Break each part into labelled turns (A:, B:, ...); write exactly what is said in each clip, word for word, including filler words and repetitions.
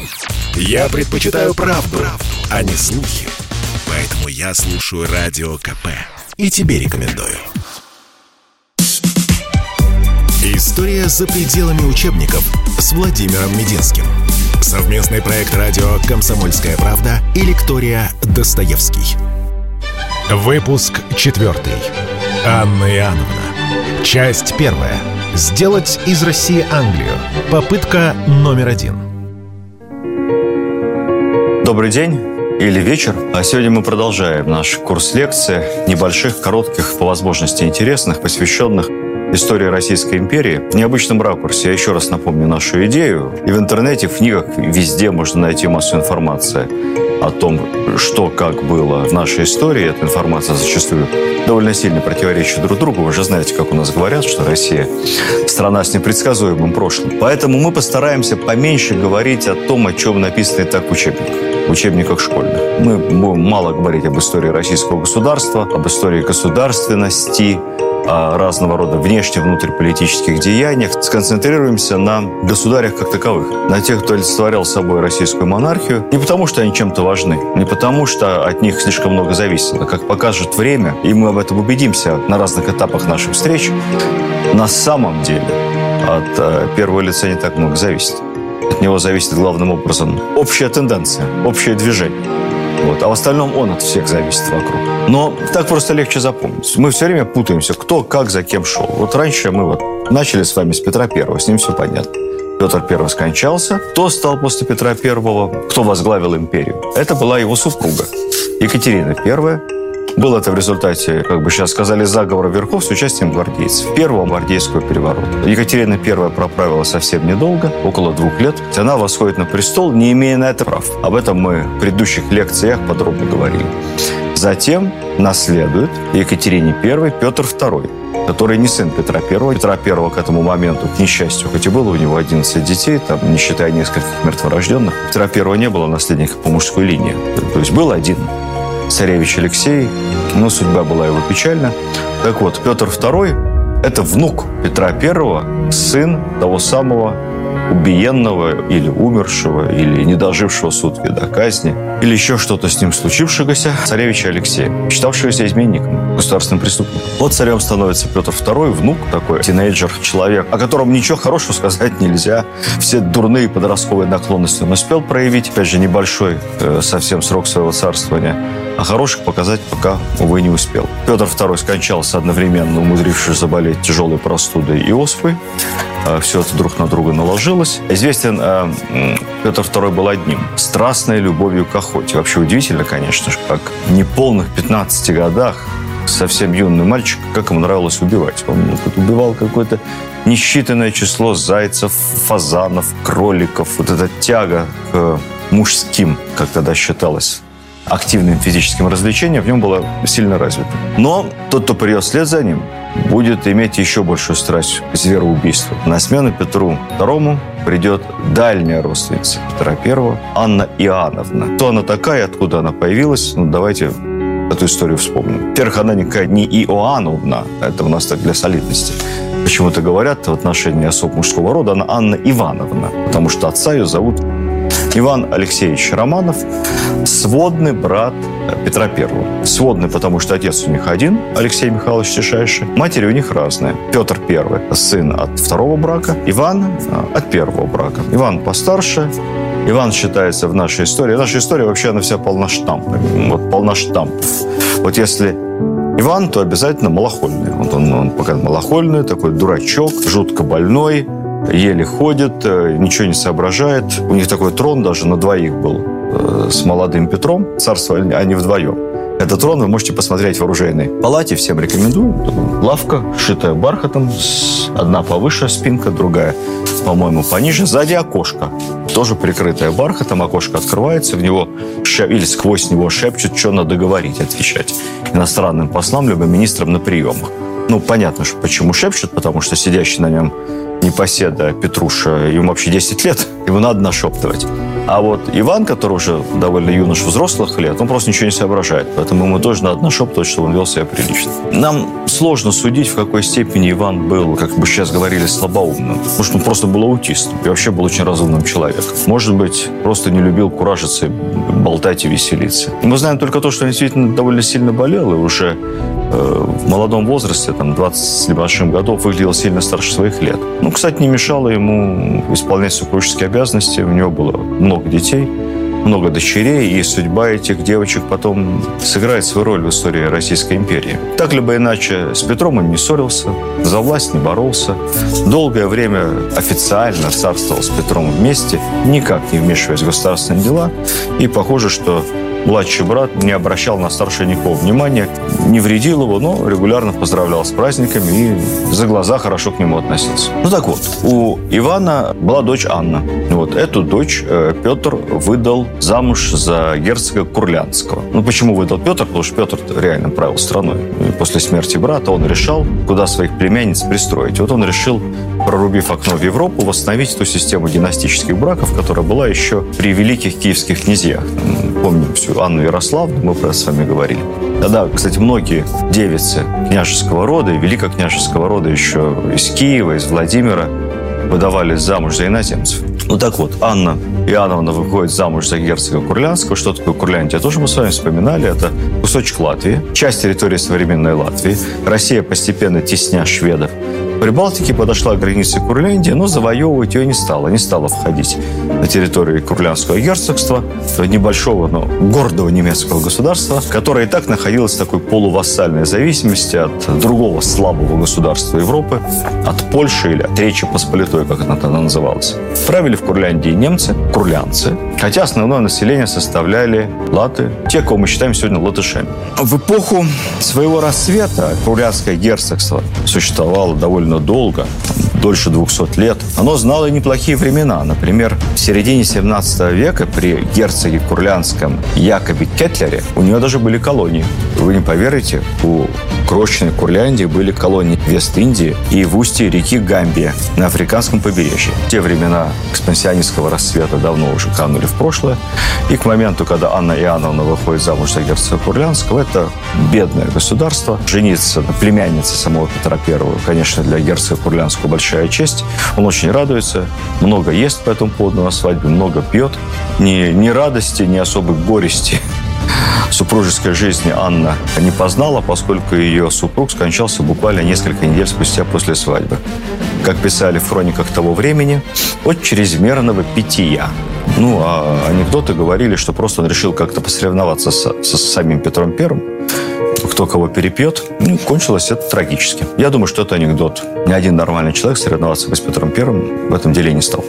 A: Я предпочитаю правду, правду, а не слухи. Поэтому я слушаю Радио КП. И тебе рекомендую. История за пределами учебников с Владимиром Мединским. Совместный проект радио «Комсомольская правда» и лектория «Достоевский». Выпуск четвертый. Анна Иоанновна. Часть первая. Сделать из России Англию. Попытка номер один.
B: Добрый день или вечер. А сегодня мы продолжаем наш курс лекций, небольших, коротких, по возможности интересных, посвященных истории Российской империи в необычном ракурсе. Я еще раз напомню нашу идею. И в интернете, в книгах, везде можно найти массу информации о том, что, как было в нашей истории. Эта информация зачастую довольно сильно противоречит друг другу. Вы же знаете, как у нас говорят, что Россия – страна с непредсказуемым прошлым. Поэтому мы постараемся поменьше говорить о том, о чем написано и так в учебниках. В учебниках школьных. Мы будем мало говорить об истории российского государства, об истории государственности, о разного рода внешне-внутриполитических деяниях. Сконцентрируемся на государях как таковых, на тех, кто олицетворял собой российскую монархию. Не потому, что они чем-то важны, не потому, что от них слишком много зависело. Как покажет время, и мы об этом убедимся на разных этапах наших встреч, на самом деле от первого лица не так много зависит. От него зависит главным образом общая тенденция, общее движение. Вот. А в остальном он от всех зависит вокруг. Но так просто легче запомнить. Мы все время путаемся, кто как за кем шел. Вот раньше мы вот начали с вами с Петра Первого, с ним все понятно. Петр Первый скончался. Кто стал после Петра Первого? Кто возглавил империю? Это была его супруга Екатерина Первая. Было это в результате, как бы сейчас сказали, заговора верхов с участием гвардейцев. Первого гвардейского переворота. Екатерина Первая проправила совсем недолго, около двух лет. Она восходит на престол, не имея на это прав. Об этом мы в предыдущих лекциях подробно говорили. Затем наследует Екатерине Первой Петр Второй, который не сын Петра Первого. Петра Первого к этому моменту, к несчастью, хоть и было у него одиннадцать детей, там, не считая нескольких мертворожденных, Петра Первого не было наследника по мужской линии. То есть был один царевич Алексей, но судьба была его печальна. Так вот, Петр Второй – это внук Петра Первого, сын того самого убиенного или умершего, или не дожившего сутки до казни, или еще что-то с ним случившегося царевича Алексея, считавшегося изменником, государственным преступником. Вот царем становится Петр Второй, внук такой, тинейджер, человек, о котором ничего хорошего сказать нельзя. Все дурные подростковые наклонности он успел проявить. Опять же, небольшой э, совсем срок своего царствования, а хороших показать пока, увы, не успел. Петр Второй скончался одновременно, умудрившись заболеть тяжелой простудой и оспой. Все это друг на друга наложилось. Известен э, Петр Второй был одним. Страстной любовью к охоте. Вообще удивительно, конечно же, как в неполных пятнадцати годах совсем юный мальчик, как ему нравилось убивать. Он убивал какое-то несчитанное число зайцев, фазанов, кроликов. Вот эта тяга к мужским, как тогда считалось, активным физическим развлечением в нем была сильно развита. Но тот, кто придет вслед за ним, будет иметь еще большую страсть к звероубийству. На смену Петру Второму придет дальняя родственница Петра Первого, Анна Иоанновна. Кто она такая, откуда она появилась? Ну, давайте эту историю вспомним. Во-первых, она никакая не Иоанновна, это у нас так для солидности. Почему-то говорят в отношении особ мужского рода, она Анна Ивановна, потому что отца ее зовут Иван Алексеевич Романов, сводный брат Петра Первого. Сводный, потому что отец у них один, Алексей Михайлович Тишайший. Матери у них разные. Петр Первый – сын от второго брака, Иван – от первого брака. Иван постарше. Иван считается в нашей истории. Наша история вообще, она вся полна штампами. Вот полна штампов. Вот если Иван, то обязательно малохольный. Вот он, он пока малохольный, такой дурачок, жутко больной, еле ходит, ничего не соображает. У них такой трон даже на двоих был с молодым Петром. Царствовали они вдвоем. Этот трон вы можете посмотреть в оружейной палате. Всем рекомендую. Лавка, шитая бархатом. Одна повыше спинка, другая, по-моему, пониже. Сзади окошко. Тоже прикрытое бархатом. Окошко открывается. В него шеп... или сквозь него шепчут, что надо говорить, отвечать иностранным послам, либо министрам на приемах. Ну, понятно, что почему шепчут. Потому что сидящий на нем непоседа Петруша, ему вообще десять лет. Его надо нашептывать. А вот Иван, который уже довольно юнош взрослых лет, он просто ничего не соображает. Поэтому ему тоже надо нашептывать, что он вел себя прилично. Нам сложно судить, в какой степени Иван был, как бы сейчас говорили, слабоумным. Потому что он просто был аутистом и вообще был очень разумным человеком. Может быть, просто не любил куражиться, болтать и веселиться. Мы знаем только то, что он действительно довольно сильно болел и уже э, в молодом возрасте, там, двадцать с небольшим годов, выглядел сильно старше своих лет. Ну, кстати, не мешало ему исполнять супружеские обязанности. У него было много детей, много дочерей, и судьба этих девочек потом сыграет свою роль в истории Российской империи. Так либо иначе, с Петром он не ссорился, за власть не боролся. Долгое время официально царствовал с Петром вместе, никак не вмешиваясь в государственные дела. И похоже, что младший брат не обращал на старшего никакого внимания, не вредил его, но регулярно поздравлял с праздниками и за глаза хорошо к нему относился. Ну так вот, у Ивана была дочь Анна. Вот эту дочь э, Петр выдал замуж за герцога Курлянского. Ну почему выдал Петр? Потому что Петр реально правил страной. И после смерти брата он решал, куда своих племянниц пристроить. Вот он решил, прорубив окно в Европу, восстановить ту систему династических браков, которая была еще при великих киевских князьях. Помним всю Анну Ярославну, мы про это с вами говорили. Тогда, кстати, многие девицы княжеского рода и великокняжеского рода еще из Киева, из Владимира выдавались замуж за иноземцев. Ну так вот, Анна Иоанновна выходит замуж за герцога Курлянского. Что такое Курляндия? Тоже мы с вами вспоминали. Это кусочек Латвии, часть территории современной Латвии. Россия постепенно тесня шведов. К Прибалтике подошла к границе Курляндии, но завоевывать ее не стала. Не стала входить на территорию Курлянского герцогства, небольшого, но гордого немецкого государства, которое и так находилось в такой полувассальной зависимости от другого слабого государства Европы, от Польши или от Речи Посполитой, как это тогда называлось. Правили в Курляндии немцы, курлянцы, хотя основное население составляли латы, те, кого мы считаем сегодня латышами. В эпоху своего расцвета Курлянское герцогство существовало довольно долго, дольше двухсот лет. Оно знало и неплохие времена. Например, в середине семнадцатого века при герцоге Курлянском Якобе Кетлере у него даже были колонии. Вы не поверите, у крошечной Курляндии были колонии в Вест-Индии и в устье реки Гамбия на африканском побережье. Те времена экспансионистского расцвета давно уже канули в прошлое. И к моменту, когда Анна Иоанновна выходит замуж за герцога Курлянского, это бедное государство. Жениться на племяннице самого Петра Первого, конечно, для герцога Курлянского большая честь. Он очень радуется, много ест по этому поводу на свадьбе, много пьет. Ни, ни радости, ни особой горести супружеской жизни Анна не познала, поскольку ее супруг скончался буквально несколько недель спустя после свадьбы. Как писали в хрониках того времени, от чрезмерного питья. Ну, а анекдоты говорили, что просто он решил как-то посоревноваться со, со самим Петром Первым, кто кого перепьет. Ну, кончилось это трагически. Я думаю, что это анекдот. Ни один нормальный человек соревноваться бы с Петром Первым в этом деле не стал.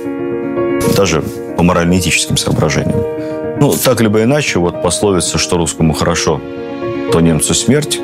B: Даже по морально-этическим соображениям. Ну, так либо иначе, вот пословица, что русскому хорошо, то немцу смерть,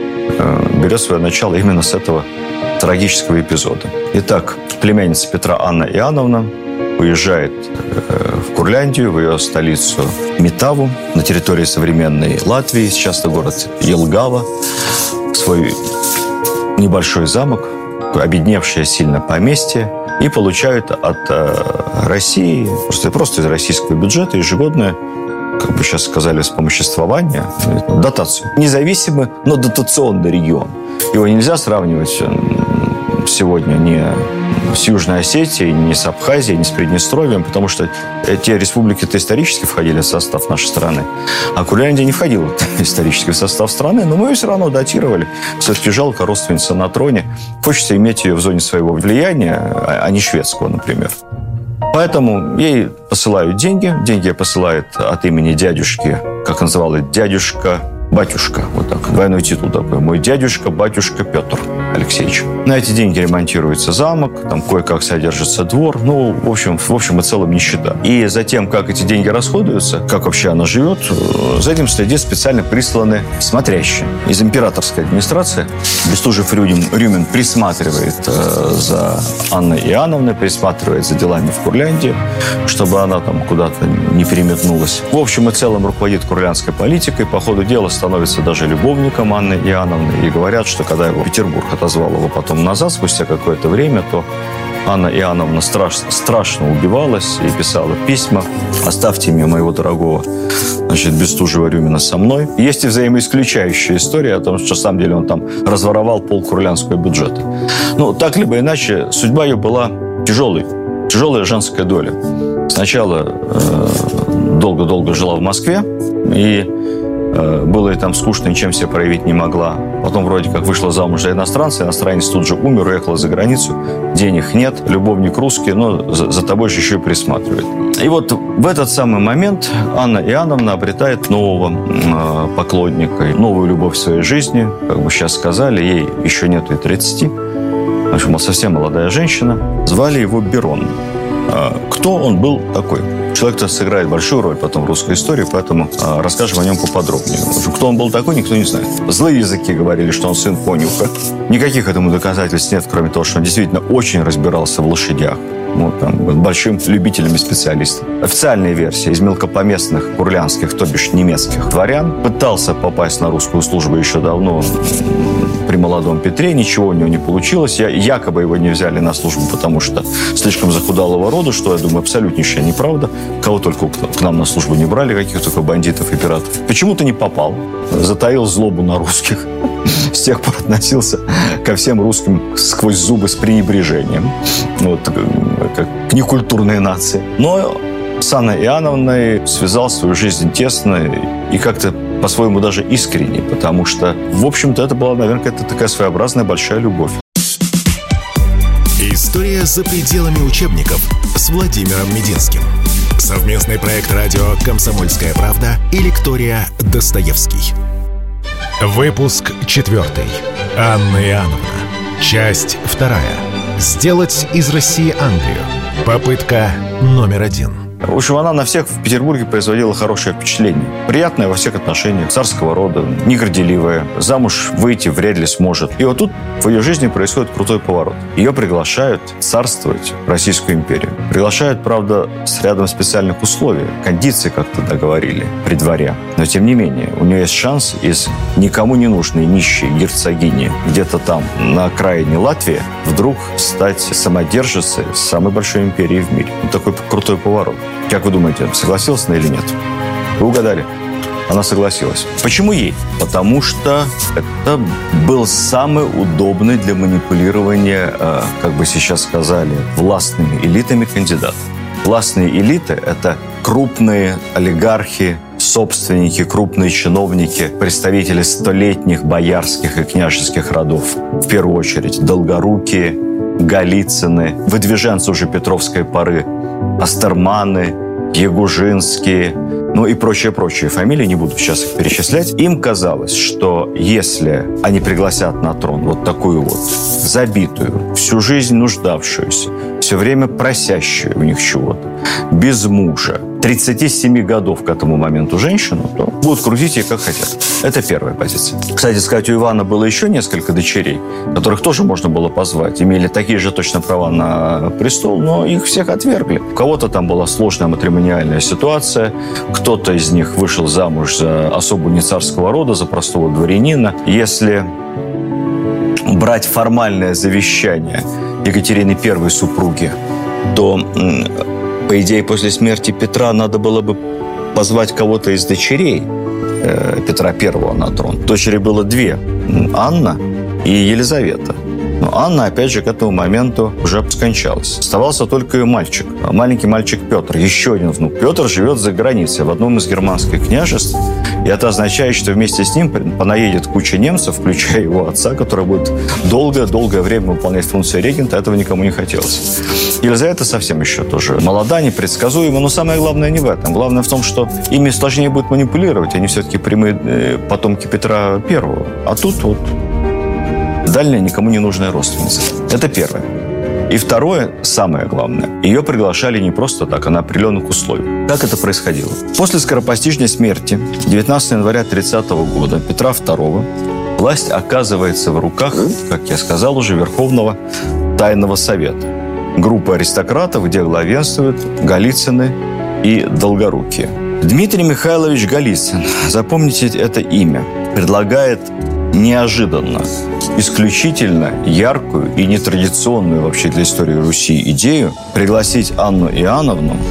B: э, берет свое начало именно с этого трагического эпизода. Итак, племянница Петра Анна Иоанновна уезжает э, в Курляндию, в ее столицу Метаву, на территории современной Латвии, сейчас это город Елгава, свой небольшой замок, обедневшее сильно поместье, и получают от э, России, просто, просто из российского бюджета, ежегодное, как бы сейчас сказали, вспомоществование, дотацию. Независимый, но дотационный регион. Его нельзя сравнивать сегодня ни с Южной Осетией, ни с Абхазией, ни с Приднестровьем, потому что эти республики-то исторически входили в состав нашей страны, а Курляндия не входила исторически в состав страны, но мы ее все равно датировали. Все-таки жалко, родственница на троне. Хочется иметь ее в зоне своего влияния, а не шведского, например. Поэтому ей посылают деньги. Деньги посылает от имени дядюшки, как называл это, дядюшка-батюшка. Вот так, двойной титул такой. Мой дядюшка, батюшка Петр Алексеевич. На эти деньги ремонтируется замок, там кое-как содержится двор. Ну, в общем, в общем и целом нищета. И за тем, как эти деньги расходуются, как вообще она живет, за этим следит специально присланный смотрящий из императорской администрации. Бестужев Рюмин присматривает э, за Анной Иоанновной, присматривает за делами в Курляндии, чтобы она там куда-то не переметнулась. В общем и целом руководит курлянской политикой. По ходу дела становится даже любовником Анны Иоанновны. И говорят, что когда его Петербург отозвал его потом назад, спустя какое-то время, то Анна Иоанновна страш, страшно убивалась и писала письма Оставьте мне моего дорогого, значит, Бестужева-Рюмина со мной. Есть и взаимоисключающая история о том, что, на самом деле, он там разворовал полкурлянского бюджета. Ну, так либо иначе, судьба ее была тяжелой. Тяжелая женская доля. Сначала э, долго-долго жила в Москве, и э, было ей там скучно, ничем себя проявить не могла. Потом вроде как вышла замуж за иностранца, иностранец тут же умер, уехала за границу. Денег нет, любовник русский, но за, за тобой же еще и присматривает. И вот в этот самый момент Анна Иоанновна обретает нового э, поклонника, новую любовь в своей жизни. Как бы сейчас сказали, ей еще нету и тридцати. В общем, была совсем молодая женщина. Звали его Берон. Кто он был такой? Человек-то сыграет большую роль потом в русской истории, поэтому э, расскажем о нем поподробнее. Кто он был такой, никто не знает. Злые языки говорили, что он сын конюха. Никаких этому доказательств нет, кроме того, что он действительно очень разбирался в лошадях. Ну, там, был большим любителем и специалистом. Официальная версия из мелкопоместных курлянских, то бишь немецких дворян. Пытался попасть на русскую службу еще давно при молодом Петре. Ничего у него не получилось. Я, якобы его не взяли на службу, потому что слишком захудалого рода, что, я думаю, абсолютнейшая неправда. Кого только к нам на службу не брали, каких только бандитов и пиратов. Почему-то не попал. Затаил злобу на русских. С тех пор относился ко всем русским сквозь зубы с пренебрежением. Вот, как к некультурной нации. Но с Анной Иоанновной связал свою жизнь тесно и как-то по-своему даже искренне, потому что, в общем-то, это была, наверное, какая-то такая своеобразная большая любовь.
A: История за пределами учебников с Владимиром Мединским. Совместный проект радио «Комсомольская правда» и лектория «Достоевский». Выпуск четвертый. Анна Иоанновна. Часть вторая. Сделать из России Англию. Попытка номер один.
B: В общем, она на всех в Петербурге производила хорошее впечатление. Приятное во всех отношениях, царского рода, негорделивая. Замуж выйти вряд ли сможет. И вот тут в ее жизни происходит крутой поворот. Ее приглашают царствовать в Российскую империю. Приглашают, правда, с рядом специальных условий. Кондиции как-то договорили при дворе. Но, тем не менее, у нее есть шанс из никому не нужной нищей герцогини где-то там, на окраине Латвии, вдруг стать самодержицей самой большой империи в мире. Вот такой крутой поворот. Как вы думаете, согласилась она или нет? Вы угадали. Она согласилась. Почему ей? Потому что это был самый удобный для манипулирования, как бы сейчас сказали, властными элитами кандидат. Властные элиты – это крупные олигархи, собственники, крупные чиновники, представители столетних боярских и княжеских родов. В первую очередь Долгорукие, Голицыны, выдвиженцы уже Петровской поры, Астерманы, Ягужинские, ну и прочие-прочие фамилии, не буду сейчас их перечислять. Им казалось, что если они пригласят на трон вот такую вот забитую, всю жизнь нуждавшуюся, все время просящую у них чего-то, без мужа, тридцати семи годов к этому моменту женщину, то будут крутить ее как хотят. Это первая позиция. Кстати сказать, у Ивана было еще несколько дочерей, которых тоже можно было позвать. Имели такие же точно права на престол, но их всех отвергли. У кого-то там была сложная матримониальная ситуация. Кто-то из них вышел замуж за особу не царского рода, за простого дворянина. Если брать формальное завещание Екатерины Первой супруги, то, по идее, после смерти Петра надо было бы позвать кого-то из дочерей э, Петра Первого на трон. Дочерей было две – Анна и Елизавета. Но Анна, опять же, к этому моменту уже скончалась. Оставался только ее мальчик. Маленький мальчик Петр, еще один внук. Петр живет за границей, в одном из германских княжеств. И это означает, что вместе с ним понаедет куча немцев, включая его отца, который будет долгое-долгое время выполнять функции регента. Этого никому не хотелось. Елизавета совсем еще тоже молода, непредсказуема. Но самое главное не в этом. Главное в том, что ими сложнее будет манипулировать. Они все-таки прямые потомки Петра Первого. А тут вот дальняя, никому не нужная родственница. Это первое. И второе, самое главное, ее приглашали не просто так, а на определенных условиях. Как это происходило? После скоропостижной смерти девятнадцатого января тридцатого года Петра Второго власть оказывается в руках, как я сказал уже, Верховного Тайного Совета. Группа аристократов, где главенствуют Голицыны и Долгорукие. Дмитрий Михайлович Голицын, запомните это имя, предлагает неожиданно, исключительно яркую и нетрадиционную вообще для истории Руси идею пригласить Анну Иоанновну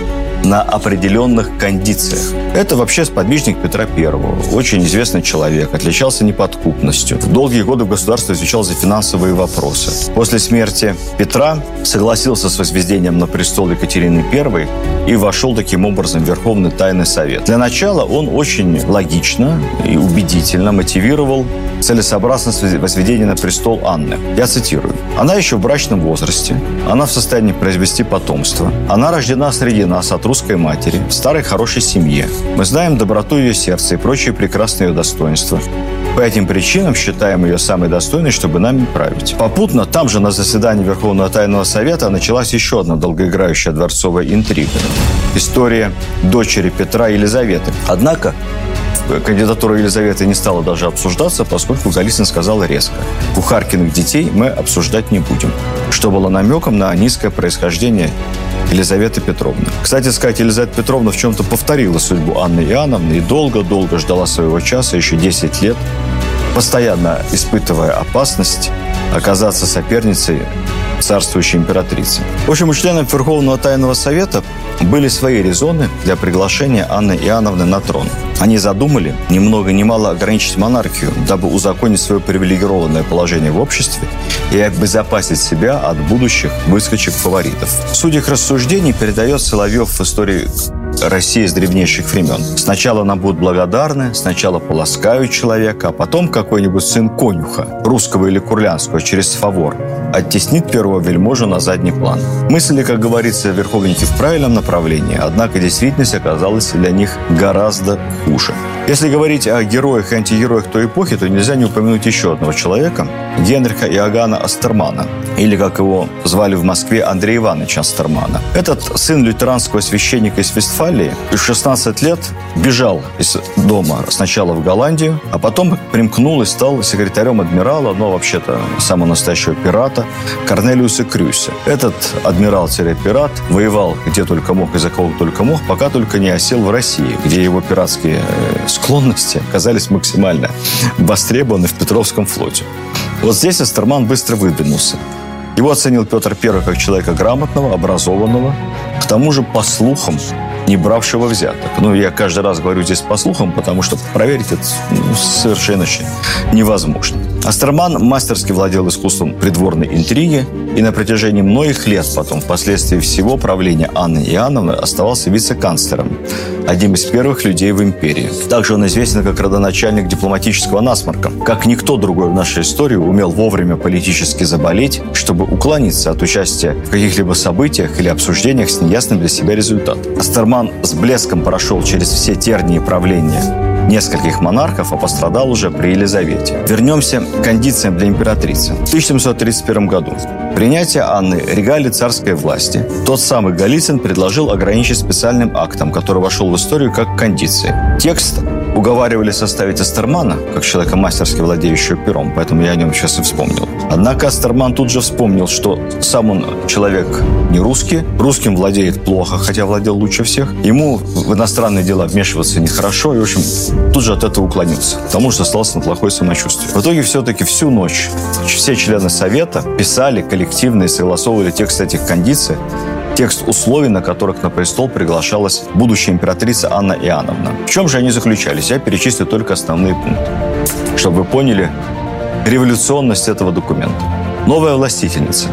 B: на определенных кондициях. Это вообще сподвижник Петра Первого. Очень известный человек, отличался неподкупностью. В долгие годы в государстве отвечал за финансовые вопросы. После смерти Петра согласился с возведением на престол Екатерины Первой и вошел таким образом в Верховный Тайный Совет. Для начала он очень логично и убедительно мотивировал целесообразность возведения на престол Анны. Я цитирую. «Она еще в брачном возрасте, она в состоянии произвести потомство, она рождена среди нас от русской матери, в старой хорошей семье. Мы знаем доброту ее сердца и прочие прекрасные ее достоинства. По этим причинам считаем ее самой достойной, чтобы нами править». Попутно, там же на заседании Верховного Тайного Совета началась еще одна долгоиграющая дворцовая интрига. История дочери Петра Елизаветы. Однако кандидатура Елизаветы не стала даже обсуждаться, поскольку Голицын сказал резко: «Кухаркиных детей мы обсуждать не будем», что было намеком на низкое происхождение Елизаветы Петровны. Кстати сказать, Елизавета Петровна в чем-то повторила судьбу Анны Иоанновны и долго-долго ждала своего часа, еще десять лет, постоянно испытывая опасность оказаться соперницей царствующей императрицы. В общем, у членов Верховного Тайного Совета были свои резоны для приглашения Анны Иоанновны на трон. Они задумали ни много ни мало ограничить монархию, дабы узаконить свое привилегированное положение в обществе и обезопасить себя от будущих выскочек-фаворитов. Суть их рассуждений передает Соловьев в истории России с древнейших времен. Сначала нам будут благодарны, сначала поласкают человека, а потом какой-нибудь сын конюха, русского или курлянского, через фавор оттеснит первого вельможу на задний план. Мысли, как говорится, верховники в правильном направлении, однако действительность оказалась для них гораздо хуже. Если говорить о героях и антигероях той эпохи, то нельзя не упомянуть еще одного человека – Генриха Иоганна Астермана, или, как его звали в Москве, Андрей Иванович Астермана. Этот сын лютеранского священника из Вестфалии в шестнадцать лет бежал из дома сначала в Голландию, а потом примкнул и стал секретарем адмирала, но вообще-то самого настоящего пирата, Корнелиуса Крюйса. Этот адмирал-пират воевал где только мог и за кого только мог, пока только не осел в России, где его пиратские склонности оказались максимально востребованы в Петровском флоте. Вот здесь Астерман быстро выдвинулся. Его оценил Петр Первый как человека грамотного, образованного, к тому же, по слухам, не бравшего взяток. Ну, я каждый раз говорю здесь по слухам, потому что проверить это ну, совершенно невозможно. Астерман мастерски владел искусством придворной интриги и на протяжении многих лет потом, впоследствии всего правления Анны Иоанновны, оставался вице-канцлером, одним из первых людей в империи. Также он известен как родоначальник дипломатического насморка. Как никто другой в нашей истории умел вовремя политически заболеть, чтобы уклониться от участия в каких-либо событиях или обсуждениях с неясным для себя результатом. Астерман с блеском прошел через все тернии правления нескольких монархов, а пострадал уже при Елизавете. Вернемся к кондициям для императрицы. В тысяча семьсот тридцать первом году принятие Анны регалий царской власти тот самый Голицын предложил ограничить специальным актом, который вошел в историю как кондиции. Текст уговаривали составить Астермана, как человека мастерски владеющего пером, поэтому я о нем сейчас и вспомнил. Однако Астерман тут же вспомнил, что сам он человек не русский, русским владеет плохо, хотя владел лучше всех. Ему в иностранные дела вмешиваться нехорошо, и, в общем, тут же от этого уклонился, потому что остался на плохое самочувствие. В итоге все-таки всю ночь все члены Совета писали коллективно и согласовывали текст этих кондиций, текст условий, на которых на престол приглашалась будущая императрица Анна Иоанновна. В чем же они заключались? Я перечислю только основные пункты, чтобы вы поняли революционность этого документа. Новая властительница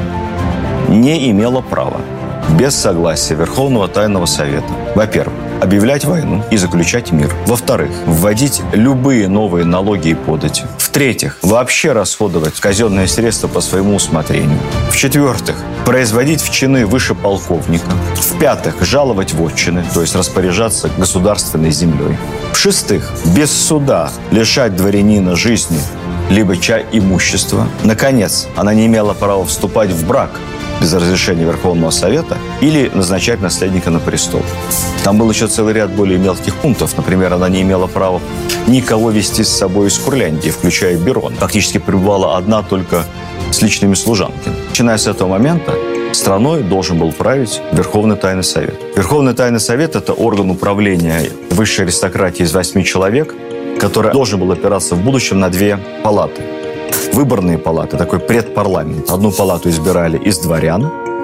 B: не имела права без согласия Верховного Тайного Совета, во-первых, объявлять войну и заключать мир. Во-вторых, вводить любые новые налоги и подати. В-третьих, вообще расходовать казенные средства по своему усмотрению. В-четвертых, производить в чины выше полковника. В-пятых, жаловать вотчины, то есть распоряжаться государственной землей. В-шестых, без суда лишать дворянина жизни либо чай имущества. Наконец, она не имела права вступать в брак без разрешения Верховного Совета или назначать наследника на престол. Там был еще целый ряд более мелких пунктов. Например, она не имела права никого вести с собой из Курляндии, включая Берона. Фактически пребывала одна только с личными служанками. Начиная с этого момента, страной должен был править Верховный Тайный Совет. Верховный Тайный Совет – это орган управления высшей аристократии из восьми человек, который должен был опираться в будущем на две палаты. Выборные палаты, такой предпарламент. Одну палату избирали из дворян,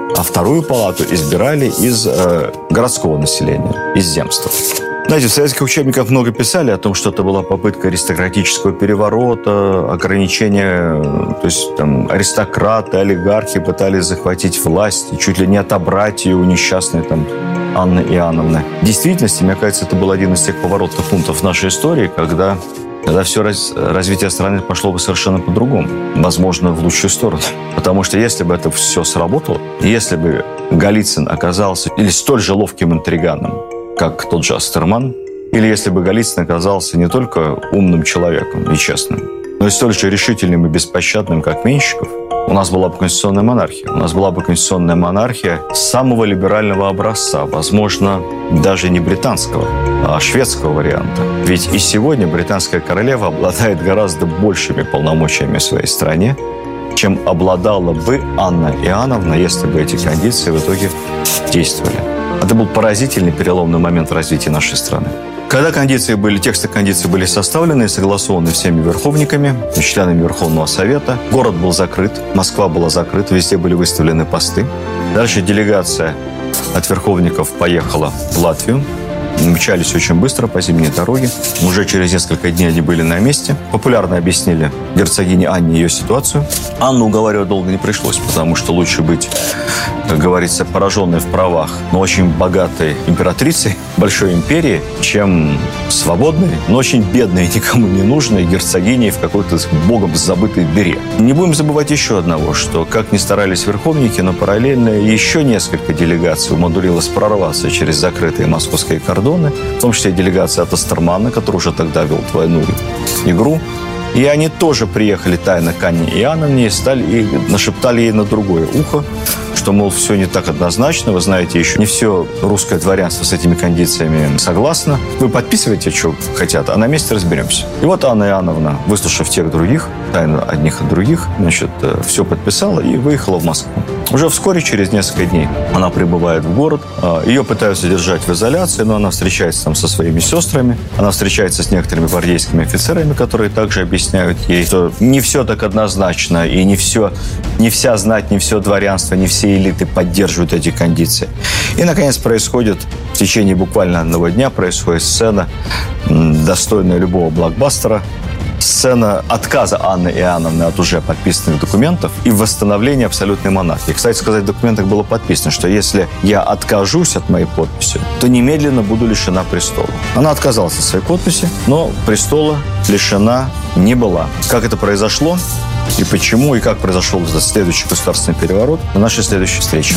B: а вторую палату избирали из э, городского населения, из земства. Знаете, в советских учебниках много писали о том, что это была попытка аристократического переворота, ограничения, то есть там аристократы, олигархи пытались захватить власть, и чуть ли не отобрать ее у несчастной там Анны Иоанновны. В действительности, мне кажется, это был один из тех поворотных пунктов в нашей истории, когда, когда все раз, развитие страны пошло бы совершенно по-другому, возможно, в лучшую сторону. Потому что если бы это все сработало, если бы Голицын оказался или столь же ловким интриганом, как тот же Астерман, или если бы Голицын оказался не только умным человеком и честным, но и столь же решительным и беспощадным, как Меньшиков, у нас была бы конституционная монархия. У нас была бы конституционная монархия самого либерального образца, возможно, даже не британского, а шведского варианта. Ведь и сегодня британская королева обладает гораздо большими полномочиями в своей стране, чем обладала бы Анна Иоанновна, если бы эти кондиции в итоге действовали. Это был поразительный переломный момент в развитии нашей страны. Когда кондиции были, тексты кондиций были составлены и согласованы всеми верховниками, членами Верховного Совета, город был закрыт, Москва была закрыта, везде были выставлены посты. Дальше делегация от верховников поехала в Латвию. Мчались очень быстро по зимней дороге. Уже через несколько дней они были на месте. Популярно объяснили герцогине Анне ее ситуацию. Анну уговаривать долго не пришлось, потому что лучше быть, как говорится, пораженной в правах, но очень богатой императрицей большой империи, чем свободной, но очень бедной и никому не нужной герцогиней в какой-то богом забытой дыре. Не будем забывать еще одного, что, как ни старались верховники, но параллельно еще несколько делегаций умудрилось прорваться через закрытые московские кордоны, в том числе делегация от Астермана, который уже тогда вел двойную игру. И они тоже приехали тайно к Анне Иоанновне и, стали, и нашептали ей на другое ухо, что, мол, все не так однозначно, вы знаете, еще не все русское дворянство с этими кондициями согласно. Вы подписываете, что хотят, а на месте разберемся. И вот Анна Иоанновна, выслушав тех других, тайно одних от других, значит, все подписала и выехала в Москву. Уже вскоре, через несколько дней, она прибывает в город. Ее пытаются держать в изоляции, но она встречается там со своими сестрами. Она встречается с некоторыми гвардейскими офицерами, которые также объясняют ей, что не все так однозначно, и не все, не вся знать, не все дворянство, не все элиты поддерживают эти кондиции. И, наконец, происходит, в течение буквально одного дня, происходит сцена, достойная любого блокбастера, сцена отказа Анны Иоанновны от уже подписанных документов и восстановления абсолютной монархии. Кстати сказать, в документах было подписано, что если я откажусь от моей подписи, то немедленно буду лишена престола. Она отказалась от своей подписи, но престола лишена не была. Как это произошло, и почему, и как произошел этот следующий государственный переворот, на нашей следующей встрече.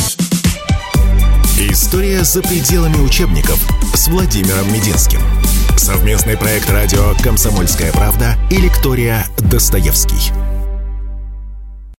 A: История за пределами учебников с Владимиром Мединским. Совместный проект радио «Комсомольская правда» и лектория «Достоевский».